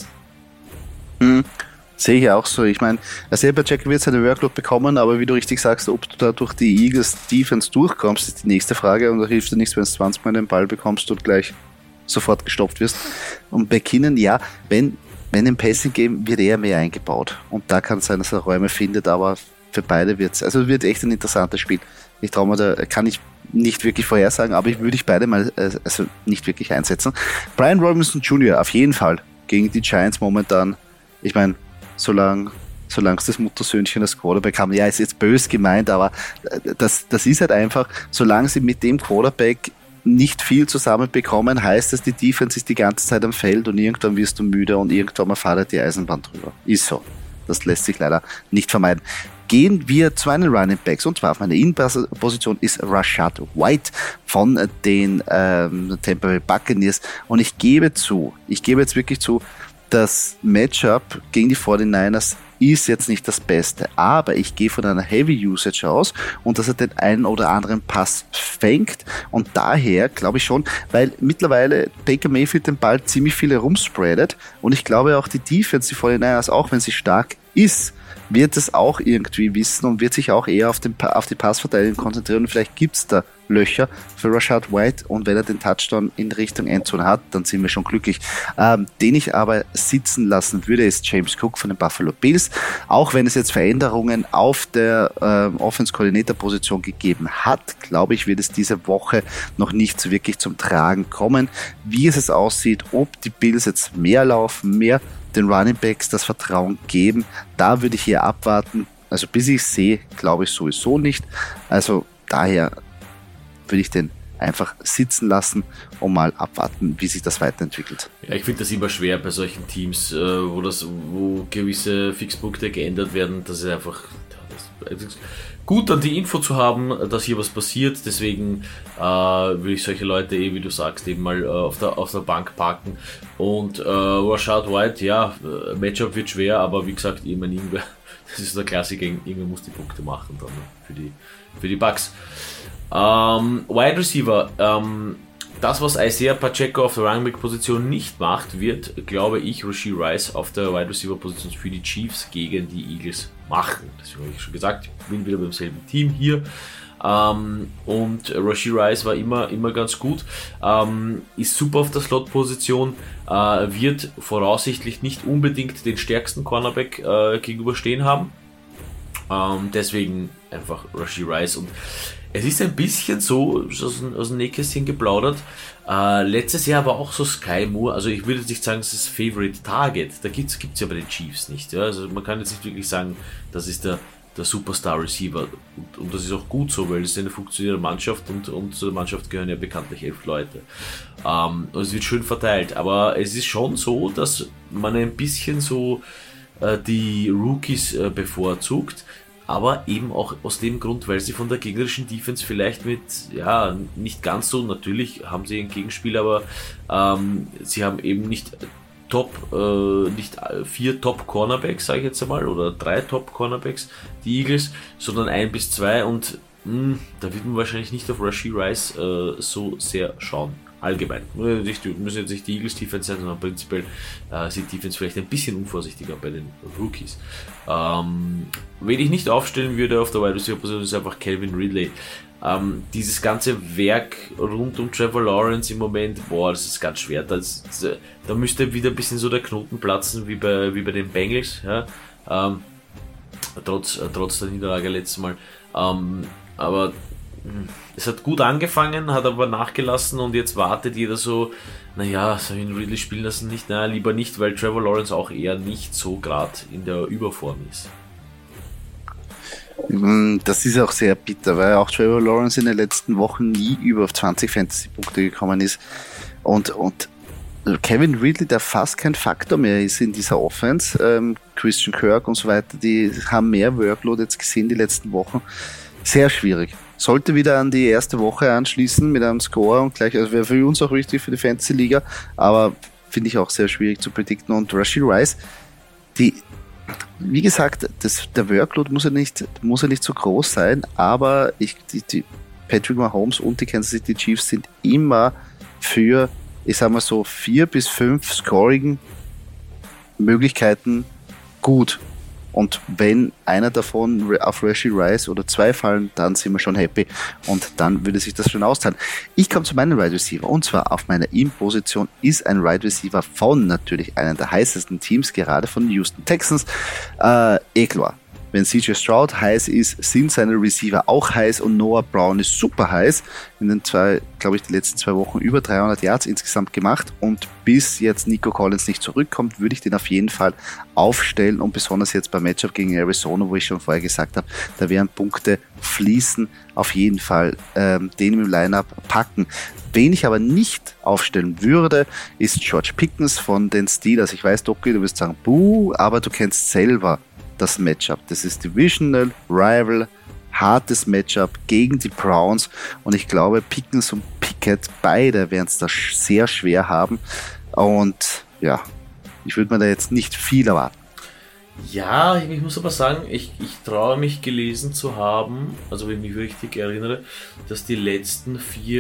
Mhm. Sehe ich auch so. Ich meine, Isaiah Pacheco wird seine Workload bekommen, aber wie du richtig sagst, ob du da durch die Eagles Defense durchkommst, ist die nächste Frage, und da hilft dir nichts, wenn du zwanzig Mal den Ball bekommst und gleich sofort gestoppt wirst. Und bei Kinnan, ja, wenn, wenn im Passing Game wird er mehr eingebaut. Und da kann es sein, dass er Räume findet, aber für beide wird es, also wird echt ein interessantes Spiel. Ich traue mir da, kann ich nicht wirklich vorhersagen, aber ich würde ich beide mal, also nicht wirklich einsetzen. Brian Robinson Junior auf jeden Fall gegen die Giants momentan. Ich meine, solange solange es das Muttersöhnchen als Quarterback haben, ja, ist jetzt böse gemeint, aber das, das ist halt einfach, solange sie mit dem Quarterback nicht viel zusammenbekommen, heißt es, die Defense ist die ganze Zeit am Feld und irgendwann wirst du müde und irgendwann mal fahrt die Eisenbahn drüber. Ist so. Das lässt sich leider nicht vermeiden. Gehen wir zu einen Running Backs, und zwar auf meiner Innenposition ist Rashad White von den ähm, Tampa Bay Buccaneers, und ich gebe zu, ich gebe jetzt wirklich zu, das Matchup gegen die forty-niners ist jetzt nicht das Beste, aber ich gehe von einer Heavy Usage aus und dass er den einen oder anderen Pass fängt, und daher glaube ich schon, weil mittlerweile Baker Mayfield den Ball ziemlich viele rumspreadet, und ich glaube auch die Defense, die forty-niners, auch wenn sie stark ist, wird es auch irgendwie wissen und wird sich auch eher auf, den, auf die Passverteidigung konzentrieren, und vielleicht gibt es da Löcher für Rashad White, und wenn er den Touchdown in Richtung Endzone hat, dann sind wir schon glücklich. Ähm, den ich aber sitzen lassen würde, ist James Cook von den Buffalo Bills, auch wenn es jetzt Veränderungen auf der äh, Offense-Coordinator-Position gegeben hat, glaube ich, wird es diese Woche noch nicht so wirklich zum Tragen kommen. Wie es jetzt aussieht, ob die Bills jetzt mehr laufen, mehr den Running Backs das Vertrauen geben, da würde ich hier abwarten. Also bis ich sehe, glaube ich sowieso nicht. Also daher würde ich den einfach sitzen lassen und mal abwarten, wie sich das weiterentwickelt. Ja, ich finde das immer schwer bei solchen Teams, wo das, wo gewisse Fixpunkte geändert werden. Das ist einfach das ist gut, dann die Info zu haben, dass hier was passiert. Deswegen äh, würde ich solche Leute, eh, wie du sagst, eben mal äh, auf der auf der Bank parken. Und äh, Rashad White, ja, Matchup wird schwer, aber wie gesagt, ich meine, irgendwer, das ist der Klassiker, irgendwer muss die Punkte machen dann für die für die Bucks. Ähm, Wide Receiver, ähm, das, was Isaiah Pacheco auf der Running Back Position nicht macht, wird, glaube ich, Rashee Rice auf der Wide Receiver Position für die Chiefs gegen die Eagles machen. Deswegen habe ich schon gesagt, ich bin wieder beim selben Team hier. Ähm, und Rashee Rice war immer, immer ganz gut, ähm, ist super auf der Slot-Position, äh, wird voraussichtlich nicht unbedingt den stärksten Cornerback äh, gegenüberstehen haben. Ähm, deswegen einfach Rashee Rice. Und es ist ein bisschen so aus dem, aus dem Nähkästchen geplaudert. Äh, letztes Jahr war auch so Sky Moore, also ich würde jetzt nicht sagen, es ist das Favorite Target. Da gibt es ja bei den Chiefs nicht. Ja? Also man kann jetzt nicht wirklich sagen, das ist der, der Superstar Receiver. Und, und das ist auch gut so, weil es ist eine funktionierende Mannschaft, und, und zu der Mannschaft gehören ja bekanntlich elf Leute. Ähm, und es wird schön verteilt. Aber es ist schon so, dass man ein bisschen so äh, die Rookies äh, bevorzugt. Aber eben auch aus dem Grund, weil sie von der gegnerischen Defense vielleicht mit, ja, nicht ganz so, natürlich haben sie ein Gegenspiel, aber ähm, sie haben eben nicht Top, äh, nicht vier Top Cornerbacks, sage ich jetzt einmal, oder drei Top Cornerbacks, die Eagles, sondern ein bis zwei, und mh, da wird man wahrscheinlich nicht auf Rashee Rice äh, so sehr schauen. Allgemein. Müssen jetzt nicht die Eagles Defense sein, sondern prinzipiell äh, sieht Defense vielleicht ein bisschen unvorsichtiger bei den Rookies. Ähm, wen ich nicht aufstellen würde auf der Wide Receiver Position, ist einfach Calvin Ridley. Ähm, dieses ganze Werk rund um Trevor Lawrence im Moment, boah, das ist ganz schwer. Das, das, da müsste wieder ein bisschen so der Knoten platzen wie bei, wie bei den Bengals. Ja? Ähm, trotz, trotz der Niederlage letztes Mal. Ähm, aber es hat gut angefangen, hat aber nachgelassen, und jetzt wartet jeder so, naja, soll ich ihn Ridley spielen lassen? Nicht, naja, lieber nicht, weil Trevor Lawrence auch eher nicht so gerade in der Überform ist. Das ist auch sehr bitter, weil auch Trevor Lawrence in den letzten Wochen nie über zwanzig Fantasy-Punkte gekommen ist, und, und Kevin Ridley, der fast kein Faktor mehr ist in dieser Offense, ähm, Christian Kirk und so weiter, die haben mehr Workload jetzt gesehen die letzten Wochen. Sehr schwierig. sollte wieder an die erste Woche anschließen mit einem Score und gleich, also wäre für uns auch wichtig für die Fantasy-Liga, aber finde ich auch sehr schwierig zu predikten. Und Rashee Rice, die, wie gesagt, das, der Workload muss ja nicht, muss ja nicht so groß sein, aber ich, die, die Patrick Mahomes und die Kansas City Chiefs sind immer für, ich sag mal so, vier bis fünf Scoring-Möglichkeiten gut. Und wenn einer davon auf Rashee Rice oder zwei fallen, dann sind wir schon happy. Und dann würde sich das schon auszahlen. Ich komme zu meinem Wide Receiver. Und zwar auf meiner In-Position ist ein Wide Receiver von natürlich einem der heißesten Teams, gerade von Houston Texans, äh, Ekeler. Wenn C J Stroud heiß ist, sind seine Receiver auch heiß und Noah Brown ist super heiß. In den zwei, glaube ich, die letzten zwei Wochen über dreihundert Yards insgesamt gemacht und bis jetzt Nico Collins nicht zurückkommt, würde ich den auf jeden Fall aufstellen und besonders jetzt beim Matchup gegen Arizona, wo ich schon vorher gesagt habe, da werden Punkte fließen, auf jeden Fall ähm, den im Lineup packen. Wen ich aber nicht aufstellen würde, ist George Pickens von den Steelers. Ich weiß, Doki, du wirst sagen, buh, aber du kennst selber das Matchup. Das ist Divisional Rival, hartes Matchup gegen die Browns und ich glaube, Pickens und Pickett, beide werden es da sehr schwer haben und ja, ich würde mir da jetzt nicht viel erwarten. Ja, ich, ich muss aber sagen, ich, ich traue mich gelesen zu haben, also wenn ich mich richtig erinnere, dass die letzten vier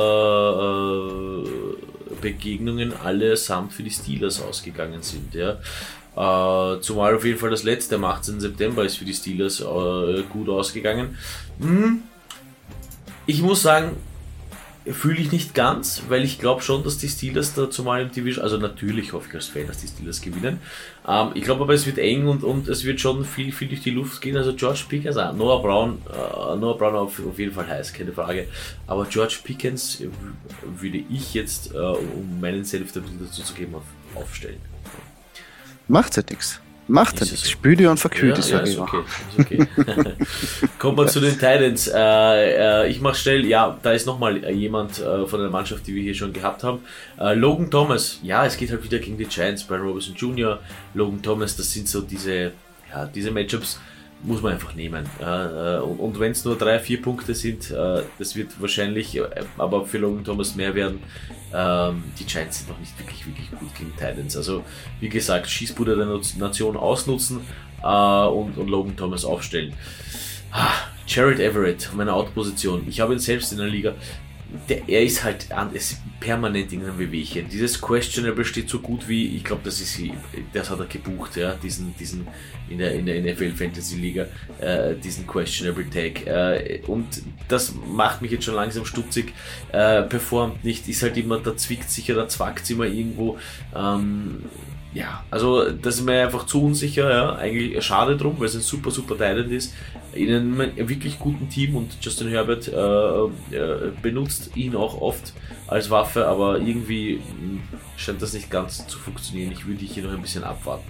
äh, äh, Begegnungen allesamt für die Steelers ausgegangen sind, ja. Uh, zumal auf jeden Fall das letzte am achtzehnten September ist für die Steelers uh, gut ausgegangen. Hm. Ich muss sagen, fühle ich nicht ganz, weil ich glaube schon, dass die Steelers da zumal im Division, also natürlich hoffe ich als Fan, dass die Steelers gewinnen. Um, ich glaube aber, es wird eng und, und es wird schon viel, viel durch die Luft gehen. Also George Pickens, ah, Noah Brown, uh, Noah Brown auf, auf jeden Fall heiß, keine Frage. Aber George Pickens würde ich jetzt, uh, um meinen Senf dazu zu geben, auf, aufstellen. Macht ja nichts. Macht ja nichts. Spüle und verkühlt, ja, ist ja, ist okay. Ist okay. Kommen wir zu den Titans. Äh, äh, ich mache schnell, ja, da ist nochmal jemand äh, von der Mannschaft, die wir hier schon gehabt haben. Äh, Logan Thomas, ja, es geht halt wieder gegen die Giants, Brian Robinson Junior Logan Thomas, das sind so diese, ja, diese Matchups, muss man einfach nehmen. Äh, und und wenn es nur drei, vier Punkte sind, äh, das wird wahrscheinlich, äh, aber für Logan Thomas mehr werden. Ähm, die Giants sind noch nicht wirklich, wirklich gut gegen Titans. Also, wie gesagt, Schießbude der Nation ausnutzen äh, und, und Logan Thomas aufstellen. Ah, Jared Everett, meine Out-Position. Ich habe ihn selbst in der Liga. Der, er ist halt an, ist permanent in einem Wehwehchen. Dieses Questionable steht so gut wie, ich glaube, das ist, das hat er gebucht, ja, diesen, diesen in der, in der N F L Fantasy Liga, äh, diesen Questionable Tag. Äh, und das macht mich jetzt schon langsam stutzig. Äh, performt nicht, ist halt immer, da zwickt sich oder zwackt es immer irgendwo. Ähm, Ja, also das ist mir einfach zu unsicher, ja, eigentlich schade drum, weil es ein super, super Talent ist, in einem wirklich guten Team und Justin Herbert äh, äh, benutzt ihn auch oft als Waffe, aber irgendwie mh, scheint das nicht ganz zu funktionieren. Ich würde hier noch ein bisschen abwarten.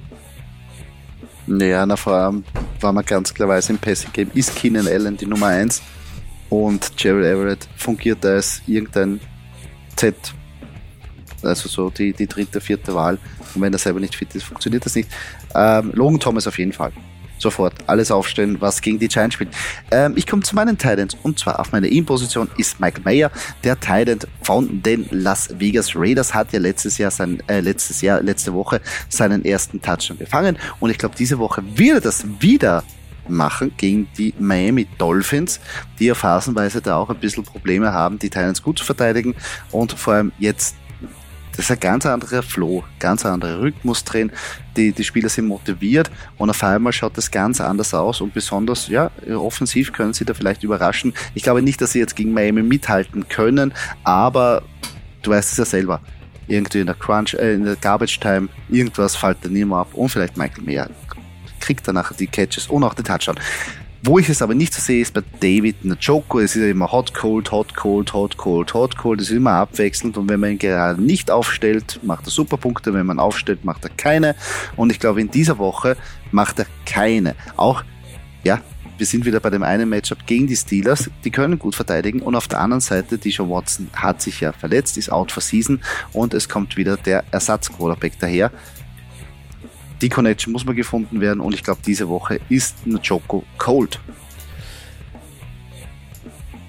Naja, na, vor allem war man ganz klarweise im Passing Game, ist Keenan Allen die Nummer eins und Jared Everett fungiert als irgendein Z, also so die, die dritte, vierte Wahl. Und wenn er selber nicht fit ist, funktioniert das nicht. Ähm, Logan Thomas auf jeden Fall. Sofort alles aufstellen, was gegen die Giants spielt. Ähm, ich komme zu meinen Titans und zwar auf meiner In-Position ist Michael Mayer, der Titan von den Las Vegas Raiders, hat ja letztes Jahr sein, äh, letztes Jahr, letzte Woche seinen ersten Touchdown gefangen und ich glaube, diese Woche wird er das wieder machen gegen die Miami Dolphins, die ja phasenweise da auch ein bisschen Probleme haben, die Titans gut zu verteidigen und vor allem jetzt. Das ist ein ganz anderer Flow, ganz anderer Rhythmus drin. Die, die Spieler sind motiviert und auf einmal schaut das ganz anders aus und besonders, ja, offensiv können sie da vielleicht überraschen. Ich glaube nicht, dass sie jetzt gegen Miami mithalten können, aber du weißt es ja selber. Irgendwie in der Crunch, äh, in der Garbage Time, irgendwas fällt dann immer ab und vielleicht Michael Mayer kriegt dann nachher die Catches und auch den Touchdown. Wo ich es aber nicht so sehe, ist bei David Njoku. Es ist ja immer Hot, Cold, Hot, Cold, Hot, Cold, Hot, Cold. Das ist immer abwechselnd und wenn man ihn gerade nicht aufstellt, macht er super Punkte. Wenn man aufstellt, macht er keine. Und ich glaube, in dieser Woche macht er keine. Auch, ja, wir sind wieder bei dem einen Matchup gegen die Steelers. Die können gut verteidigen und auf der anderen Seite, Deshaun Watson hat sich ja verletzt, ist out for season und es kommt wieder der Ersatz-Quarterback daher. Die Connection muss mal gefunden werden und ich glaube, diese Woche ist Njoku cold.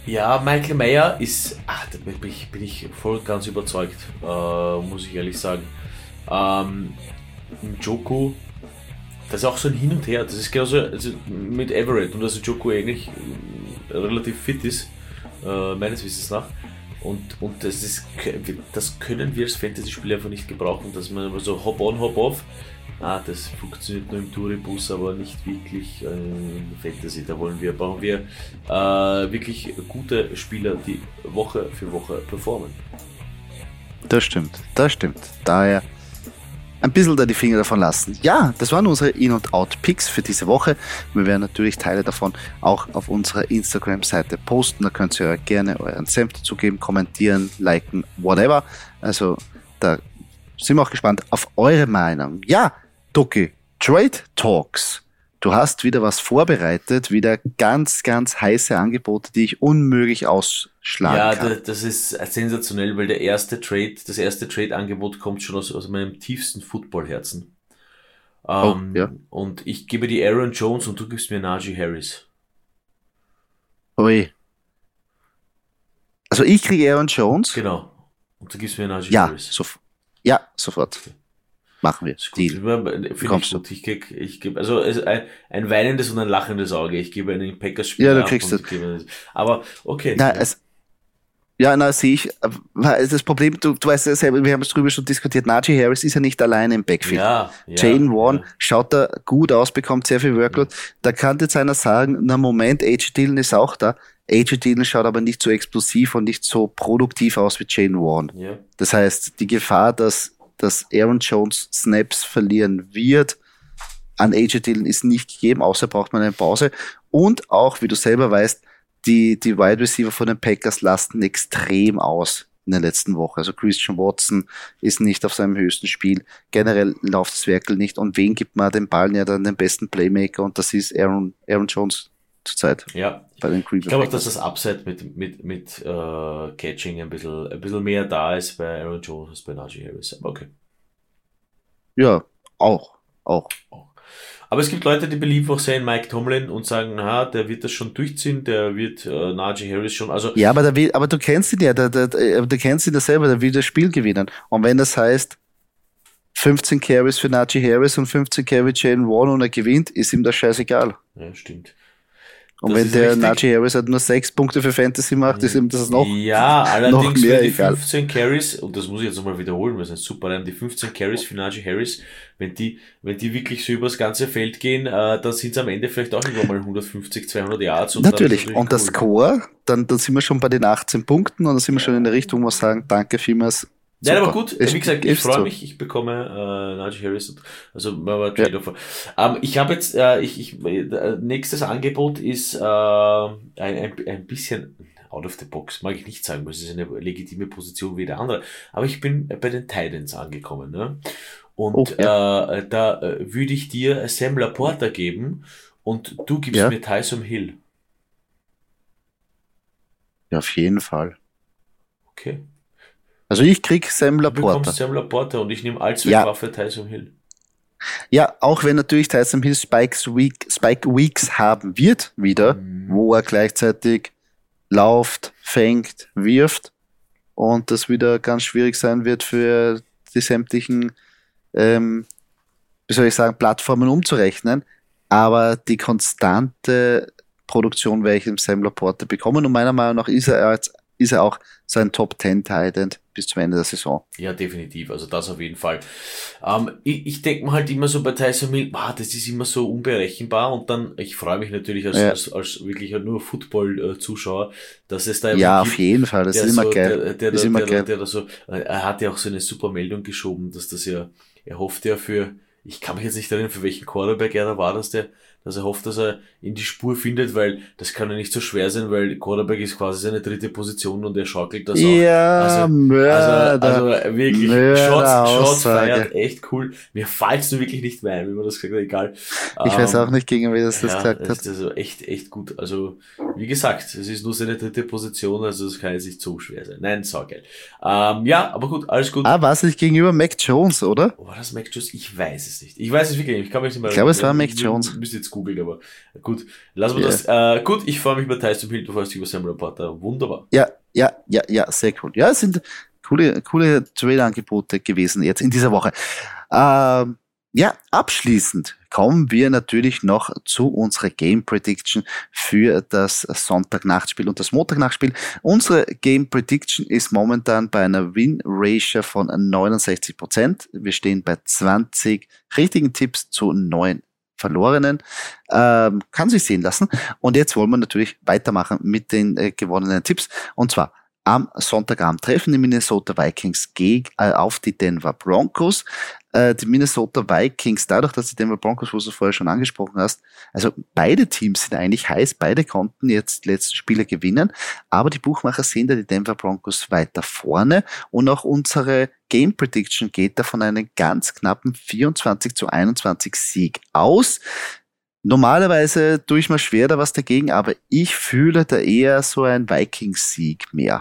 Ja, Michael Mayer ist, ach, da bin ich, bin ich voll ganz überzeugt, äh, muss ich ehrlich sagen. Ähm, Njoku, das ist auch so ein Hin und Her. Das ist genauso also mit Everett und dass Njoku eigentlich relativ fit ist, äh, meines Wissens nach. Und, und das, ist, das können wir als Fantasy-Spieler einfach nicht gebrauchen, dass man immer so hop on, hop off. Ah, das funktioniert nur im Touribus, aber nicht wirklich äh, in Fantasy. Da wollen wir, brauchen wir äh, wirklich gute Spieler, die Woche für Woche performen. Das stimmt, das stimmt. Daher ein bisschen da die Finger davon lassen. Ja, das waren unsere In- und Out-Picks für diese Woche. Wir werden natürlich Teile davon auch auf unserer Instagram-Seite posten. Da könnt ihr gerne euren Senf dazugeben, kommentieren, liken, whatever. Also da sind wir auch gespannt auf eure Meinung. Ja, Doki, Trade Talks. Du hast wieder was vorbereitet, wieder ganz, ganz heiße Angebote, die ich unmöglich ausschlagen ja, kann. Ja, das ist sensationell, weil der erste Trade, das erste Trade-Angebot kommt schon aus, aus meinem tiefsten Football-Herzen. Oh, Ähm, ja. Und ich gebe dir Aaron Jones und du gibst mir Najee Harris. Ui. Also ich kriege Aaron Jones. Genau. Und du gibst mir Najee ja, Harris. Sof- ja, sofort. Okay. Machen wir. Finde ich gut. Ich gebe, ich gebe, also ein, ein weinendes und ein lachendes Auge. Ich gebe einen Packers-Spieler. Ja, du kriegst das. Aber okay. Na, es, ja, na, sehe ich. Das Problem, du, du weißt ja selber, wir haben es drüber schon diskutiert, Najee Harris ist ja nicht alleine im Backfield. Ja, ja, Jaylen Warren ja. schaut da gut aus, bekommt sehr viel Workload. Ja. Da kann jetzt einer sagen, na Moment, A J Dillon ist auch da. A J Dillon schaut aber nicht so explosiv und nicht so produktiv aus wie Jaylen Warren. Ja. Das heißt, die Gefahr, dass dass Aaron Jones Snaps verlieren wird, an A J Dillon ist nicht gegeben, außer braucht man eine Pause. Und auch, wie du selber weißt, die, die Wide Receiver von den Packers lasten extrem aus in der letzten Woche. Also Christian Watson ist nicht auf seinem höchsten Spiel. Generell läuft das Werkel nicht. Und wen gibt man den Ball ja dann den besten Playmaker? Und das ist Aaron, Aaron Jones zurzeit. Ja. Bei den ich glaube auch, dass das Upside mit, mit, mit uh, Catching ein bisschen, ein bisschen mehr da ist bei Aaron Jones als bei Najee Harris. Aber okay. Ja, auch. Auch. Aber es gibt Leute, die belieben auch sehr in Mike Tomlin und sagen, na, der wird das schon durchziehen, der wird äh, Najee Harris schon, also. Ja, aber, der will, aber du kennst ihn ja, der, der, der, du kennst ihn ja selber, der will das Spiel gewinnen. Und wenn das heißt, fünfzehn Carries für Najee Harris und fünfzehn Carries Jaylen Warren und er gewinnt, ist ihm das scheißegal. Ja, stimmt. Und das wenn der Najee Harris halt nur sechs Punkte für Fantasy macht, ist ihm das noch, ja, allerdings noch mehr für die egal. fünfzehn Carries, und das muss ich jetzt nochmal wiederholen, weil es ist super, die fünfzehn Carries für Najee Harris, wenn die, wenn die wirklich so übers ganze Feld gehen, äh, dann sind es am Ende vielleicht auch irgendwann mal hundertfünfzig, zweihundert Yards. Und natürlich, natürlich und cool. das Score, dann, dann sind wir schon bei den achtzehn Punkten und dann sind wir schon in der Richtung, wo wir sagen, danke vielmals. Nein, aber gut, es, wie gesagt, ich freue so. mich, ich bekomme äh, Najee Harris, also mal Trade-Offer. Ja. Ähm, ich habe jetzt, äh, ich, ich, äh, nächstes Angebot ist äh, ein, ein, ein bisschen out of the box, mag ich nicht sagen, weil es ist eine legitime Position wie der andere, aber ich bin bei den Titans angekommen. Ne? Und oh, ja. äh, da äh, würde ich dir Sam Laporta geben und du gibst ja. mir Tyson Hill. Ja, auf jeden Fall. Okay. Also ich krieg Sam Laporta. Du bekommst Sam Laporta und ich nehme Allzweckwaffe ja. Tyson Hill. Ja, auch wenn natürlich Tyson Hill Spikes Week, Spike Weeks haben wird wieder, mhm. wo er gleichzeitig lauft, fängt, wirft und das wieder ganz schwierig sein wird für die sämtlichen, ähm, wie soll ich sagen, Plattformen umzurechnen. Aber die konstante Produktion werde ich im Sam Laporta bekommen und meiner Meinung nach ist er jetzt ist er auch so ein Top Ten Tight End bis zum Ende der Saison. Ja, definitiv. Also das auf jeden Fall. Ähm, ich ich denke mir halt immer so bei Tyson Hill, ah, das ist immer so unberechenbar und dann, ich freue mich natürlich als, ja. als, als wirklich nur Football-Zuschauer, dass es da ja, auf jeden Fall, das ist immer so, geil. Der, der, ist der, immer der, geil. Der, der, der so, er hat ja auch so eine super Meldung geschoben, dass das ja, er hofft ja für, ich kann mich jetzt nicht erinnern, für welchen Quarterback er da war, dass der, dass er hofft, dass er in die Spur findet, weil das kann ja nicht so schwer sein, weil Quarterback ist quasi seine dritte Position und er schaukelt das auch. Ja, also, Mörder, also, also wirklich, Mörder Shots, Shots feiert, echt cool. Mir fällt's nur wirklich nicht mehr ein, wie man das gesagt hat, egal. Ich um, weiß auch nicht, gegen wen das ja, das gesagt hat. Also echt, echt gut. Also, wie gesagt, es ist nur seine dritte Position, also es kann jetzt nicht so schwer sein. Nein, saugeil. Ähm, ja, aber gut, alles gut. Ah, war es nicht gegenüber Mac Jones, oder? War das Mac Jones? Ich weiß es es nicht. Ich weiß es wirklich nicht. Ich kann mich nicht mehr Ich glaube, es war Mac Jones. Ich müsste jetzt googeln, aber gut. Lassen wir Ja. das. Äh, gut, ich freue mich über Tyson Hill, bevor es über Sam Reporter. Wunderbar. Ja, ja, ja, ja, sehr cool. Ja, es sind coole, coole Trade-Angebote gewesen jetzt in dieser Woche. Ähm, ja, abschließend kommen wir natürlich noch zu unserer Game Prediction für das Sonntagnachtspiel und das Montagnachtspiel. Unsere Game Prediction ist momentan bei einer Win-Ratio von neunundsechzig Prozent. Wir stehen bei zwanzig richtigen Tipps zu neun verlorenen. Ähm, kann sich sehen lassen. Und jetzt wollen wir natürlich weitermachen mit den äh, gewonnenen Tipps. Und zwar am Sonntagabend treffen die Minnesota Vikings gegen, äh, auf die Denver Broncos. Äh, die Minnesota Vikings, dadurch, dass die Denver Broncos, wo du vorher schon angesprochen hast, also beide Teams sind eigentlich heiß, beide konnten jetzt die letzten Spiele gewinnen, aber die Buchmacher sehen da die Denver Broncos weiter vorne und auch unsere Game Prediction geht da von einem ganz knappen vierundzwanzig zu einundzwanzig Sieg aus. Normalerweise tue ich mir schwer da was dagegen, aber ich fühle da eher so ein Vikings-Sieg mehr.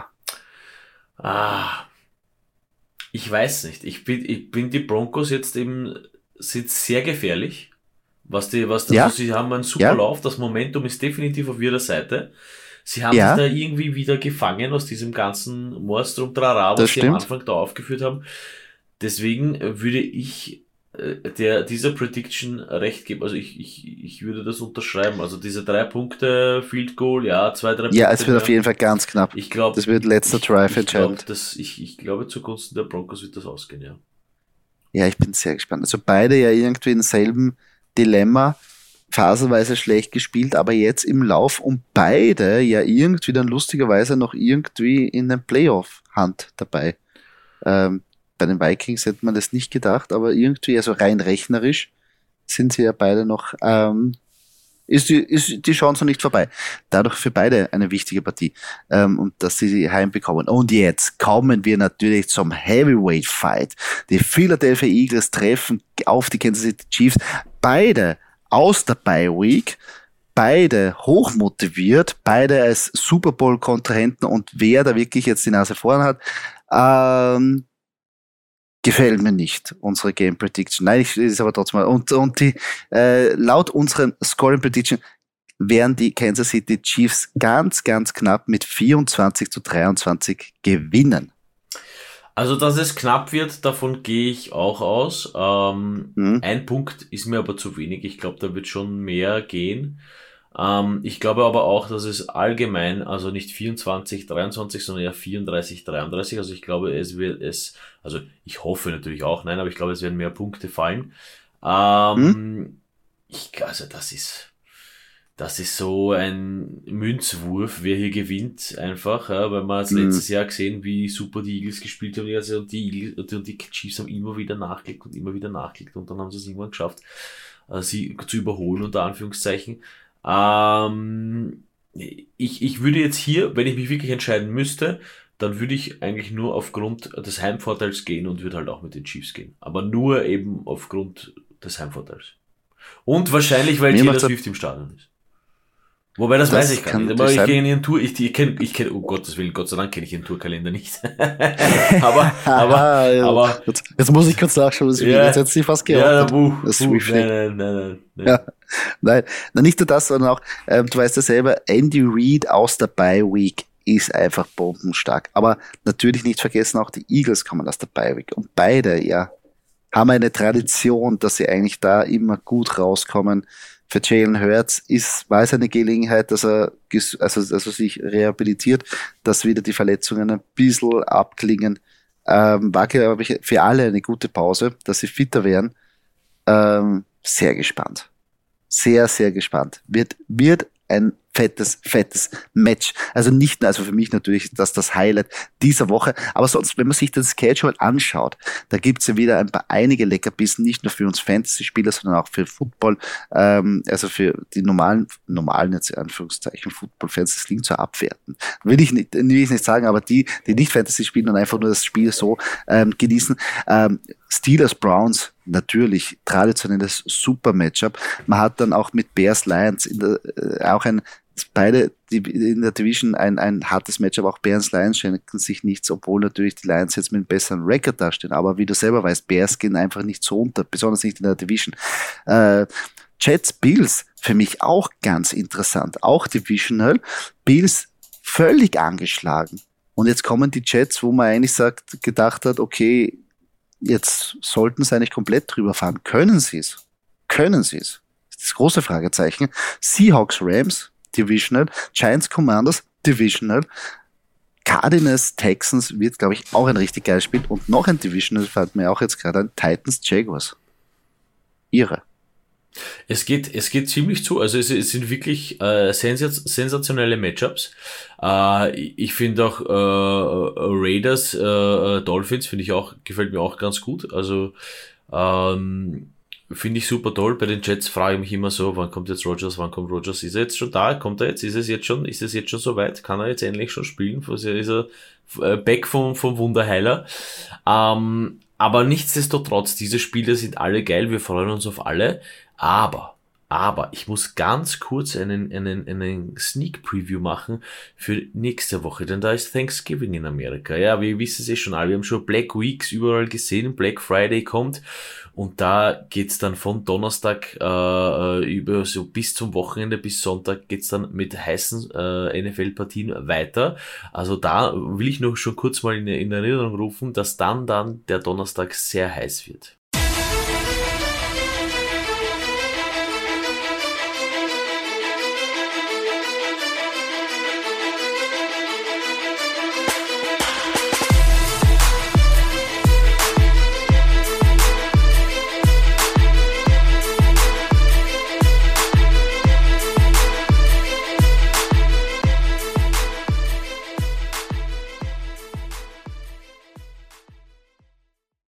Ah, ich weiß nicht. Ich bin, ich bin die Broncos jetzt eben, sind sehr gefährlich. Was die, was, Ja. also sie haben einen super Ja. Lauf. Das Momentum ist definitiv auf ihrer Seite. Sie haben Ja. sich da irgendwie wieder gefangen aus diesem ganzen Morstrom Trara, was Das sie am stimmt. Anfang da aufgeführt haben. Deswegen würde ich äh, der, dieser Prediction recht geben. Also ich, ich, ich würde das unterschreiben. Also diese drei Punkte, Field Goal, ja, zwei, drei Punkte. Ja, es wird mehr. auf jeden Fall ganz knapp. Ich glaube, Das wird letzter Drive ich, ich, glaub, entscheidend. das, ich, ich glaube, zugunsten der Broncos wird das ausgehen, ja. Ja, ich bin sehr gespannt. Also beide ja irgendwie im selben Dilemma, phasenweise schlecht gespielt, aber jetzt im Lauf und beide ja irgendwie dann lustigerweise noch irgendwie in der Playoff-Hand dabei. Ähm, bei den Vikings hätte man das nicht gedacht, aber irgendwie, also rein rechnerisch, sind sie ja beide noch, ähm, ist die, ist die Chance noch nicht vorbei. Dadurch für beide eine wichtige Partie, ähm, und dass sie sie heimbekommen. Und jetzt kommen wir natürlich zum Heavyweight Fight. Die Philadelphia Eagles treffen auf die Kansas City Chiefs. Beide aus der Bye Week. Beide hochmotiviert, beide als Super Bowl Kontrahenten und wer da wirklich jetzt die Nase vorn hat, ähm, gefällt mir nicht, unsere Game Prediction. Nein, ich ist aber trotzdem mal. Und, und die, äh, laut unseren Scoring Prediction werden die Kansas City Chiefs ganz, ganz knapp mit vierundzwanzig zu dreiundzwanzig gewinnen. Also, dass es knapp wird, davon gehe ich auch aus. Ähm, Hm. Ein Punkt ist mir aber zu wenig. Ich glaube, da wird schon mehr gehen. Ähm, ich glaube aber auch, dass es allgemein, also nicht vierundzwanzig, dreiundzwanzig, sondern eher vierunddreißig, dreiunddreißig. Also ich glaube, es wird es, also ich hoffe natürlich auch, nein, aber ich glaube, es werden mehr Punkte fallen. Ähm, ich, also das ist, das ist so ein Münzwurf, wer hier gewinnt, einfach, ja, weil man hat Mhm. letztes Jahr gesehen, wie super die Eagles gespielt haben, die ganze Zeit, und die Eagles, und die Chiefs haben immer wieder nachgelegt und immer wieder nachgelegt und dann haben sie es irgendwann geschafft, äh, sie zu überholen, unter Anführungszeichen. Ähm, ich, ich würde jetzt hier, wenn ich mich wirklich entscheiden müsste, dann würde ich eigentlich nur aufgrund des Heimvorteils gehen und würde halt auch mit den Chiefs gehen. Aber nur eben aufgrund des Heimvorteils. Und wahrscheinlich, weil Mir Taylor macht's ab- Swift im Stadion ist. Wobei, das, Das weiß ich gar kann nicht. Aber natürlich ich sein. kenne ihren Tour, ich, ich kenne, ich kenne, oh Gottes Willen, Gott sei Dank kenne ich ihren Tourkalender nicht. aber, aber, Aha, ja. aber, jetzt, jetzt muss ich kurz nachschauen, was ich Ja. jetzt hätte sie fast ja, gehabt. buh, Das buh, Swift. nein, nein, nein, nein, nein. Ja. Nein, na, nicht nur das, sondern auch, ähm, du weißt ja selber, Andy Reid aus der Bye Week ist einfach bombenstark. Aber natürlich nicht vergessen, auch die Eagles kommen aus der Bye Week. Und beide, ja, haben eine Tradition, dass sie eigentlich da immer gut rauskommen. Für Jalen Hurts ist, war es eine Gelegenheit, dass er, ges- also, also sich rehabilitiert, dass wieder die Verletzungen ein bisschen abklingen. Ähm, war, glaube ich, für alle eine gute Pause, dass sie fitter werden. Ähm, sehr gespannt. Sehr, sehr gespannt. Wird, wird ein fettes, fettes Match. Also nicht nur, also für mich natürlich das das Highlight dieser Woche, aber sonst, wenn man sich den Schedule anschaut, da gibt's ja wieder ein paar einige Leckerbissen, nicht nur für uns Fantasy-Spieler, sondern auch für Football, ähm, also für die normalen, normalen jetzt in Anführungszeichen Football-Fans, das klingt so abwerten. Will ich nicht, will ich nicht sagen, aber die, die nicht Fantasy spielen und einfach nur das Spiel so ähm, genießen, ähm, Steelers Browns, natürlich traditionelles Super Matchup. Man hat dann auch mit Bears Lions in der, äh, auch ein beide die in der Division ein, ein hartes Matchup, auch Bears Lions schenken sich nichts, obwohl natürlich die Lions jetzt mit einem besseren Record dastehen. Aber wie du selber weißt, Bears gehen einfach nicht so unter, besonders nicht in der Division. Äh, Jets, Bills, für mich auch ganz interessant, auch Divisional. Bills völlig angeschlagen. Und jetzt kommen die Jets, wo man eigentlich sagt, gedacht hat, okay, jetzt sollten sie eigentlich komplett drüber fahren. Können sie es? Können sie es? Das große Fragezeichen. Seahawks, Rams, Divisional. Giants, Commanders, Divisional. Cardinals, Texans wird, glaube ich, auch ein richtig geiles Spiel. Und noch ein Divisional fällt mir auch jetzt gerade an. Titans, Jaguars. Irre. Es geht, es geht ziemlich zu. Also es, es sind wirklich äh, sensaz sensationelle Matchups. Äh, ich finde auch äh, Raiders, äh, Dolphins finde ich auch, gefällt mir auch ganz gut. Also ähm, finde ich super toll. Bei den Jets frage ich mich immer so, wann kommt jetzt Rodgers, wann kommt Rodgers? Ist er jetzt schon da? Kommt er jetzt? Ist es jetzt schon? Ist es jetzt schon soweit? Kann er jetzt endlich schon spielen? Ist er back vom, vom Wunderheiler? Ähm, aber nichtsdestotrotz, diese Spiele sind alle geil. Wir freuen uns auf alle. Aber, aber, ich muss ganz kurz einen, einen, einen Sneak Preview machen für nächste Woche, denn da ist Thanksgiving in Amerika. Ja, wir wissen es eh schon alle. Wir haben schon Black Weeks überall gesehen. Black Friday kommt. Und da geht's dann von Donnerstag äh, über so bis zum Wochenende, bis Sonntag geht's dann mit heißen äh, N F L-Partien weiter. Also da will ich noch schon kurz mal in, in Erinnerung rufen, dass dann dann der Donnerstag sehr heiß wird.